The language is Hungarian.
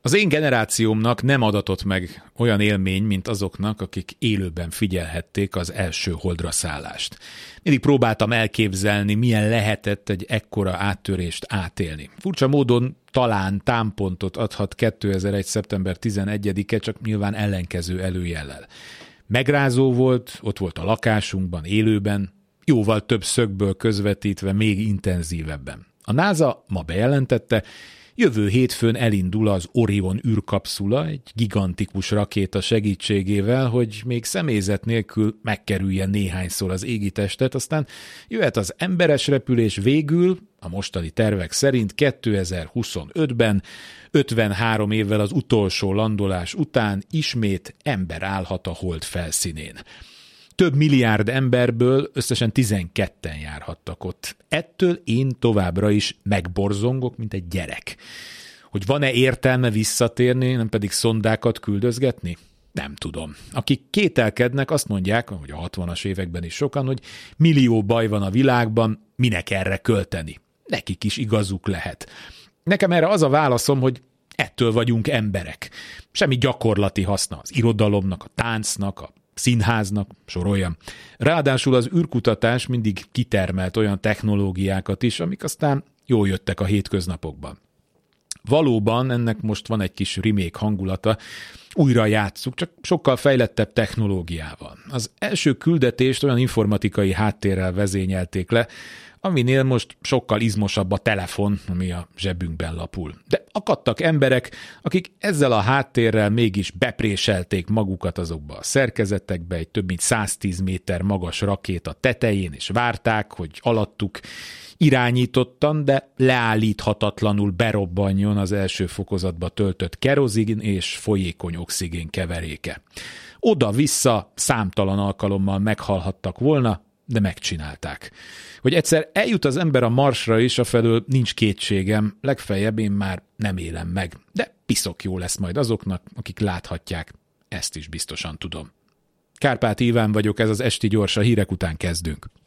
Az én generációmnak nem adatott meg olyan élmény, mint azoknak, akik élőben figyelhették az első holdra szállást. Mindig próbáltam elképzelni, milyen lehetett egy ekkora áttörést átélni. Furcsa módon talán támpontot adhat 2001. szeptember 11-e, csak nyilván ellenkező előjellel. Megrázó volt, ott volt a lakásunkban, élőben, jóval több szögből közvetítve, még intenzívebben. A NASA ma bejelentette, jövő hétfőn elindul az Orion űrkapszula egy gigantikus rakéta segítségével, hogy még személyzet nélkül megkerülje néhányszor az égitestet, aztán jöhet az emberes repülés végül, a mostani tervek szerint 2025-ben, 53 évvel az utolsó landolás után ismét ember állhat a hold felszínén. Több milliárd emberből összesen 12-en járhattak ott. Ettől én továbbra is megborzongok, mint egy gyerek. Hogy van-e értelme visszatérni, nem pedig szondákat küldözgetni? Nem tudom. Akik kételkednek, azt mondják, hogy a 60-as években is sokan, hogy millió baj van a világban, minek erre költeni. Nekik is igazuk lehet. Nekem erre az a válaszom, hogy ettől vagyunk emberek. Semmi gyakorlati haszna az irodalomnak, a táncnak, a színháznak, soroljam. Ráadásul az űrkutatás mindig kitermelt olyan technológiákat is, amik aztán jól jöttek a hétköznapokban. Valóban ennek most van egy kis remake hangulata, újra játsszuk, csak sokkal fejlettebb technológiával. Az első küldetést olyan informatikai háttérrel vezényelték le, aminél most sokkal izmosabb a telefon, ami a zsebünkben lapul. De akadtak emberek, akik ezzel a háttérrel mégis bepréselték magukat azokba a szerkezetekbe, egy több mint 110 méter magas rakéta tetején, és várták, hogy alattuk irányítottan, de leállíthatatlanul berobbanjon az első fokozatba töltött kerozin és folyékony oxigén keveréke. Oda-vissza számtalan alkalommal meghalhattak volna, de megcsinálták. Hogy egyszer eljut az ember a Marsra is, afelől nincs kétségem, legfeljebb én már nem élem meg, de piszok jó lesz majd azoknak, akik láthatják, ezt is biztosan tudom. Kárpáti Iván vagyok, ez az Esti Gyors, a hírek után kezdünk.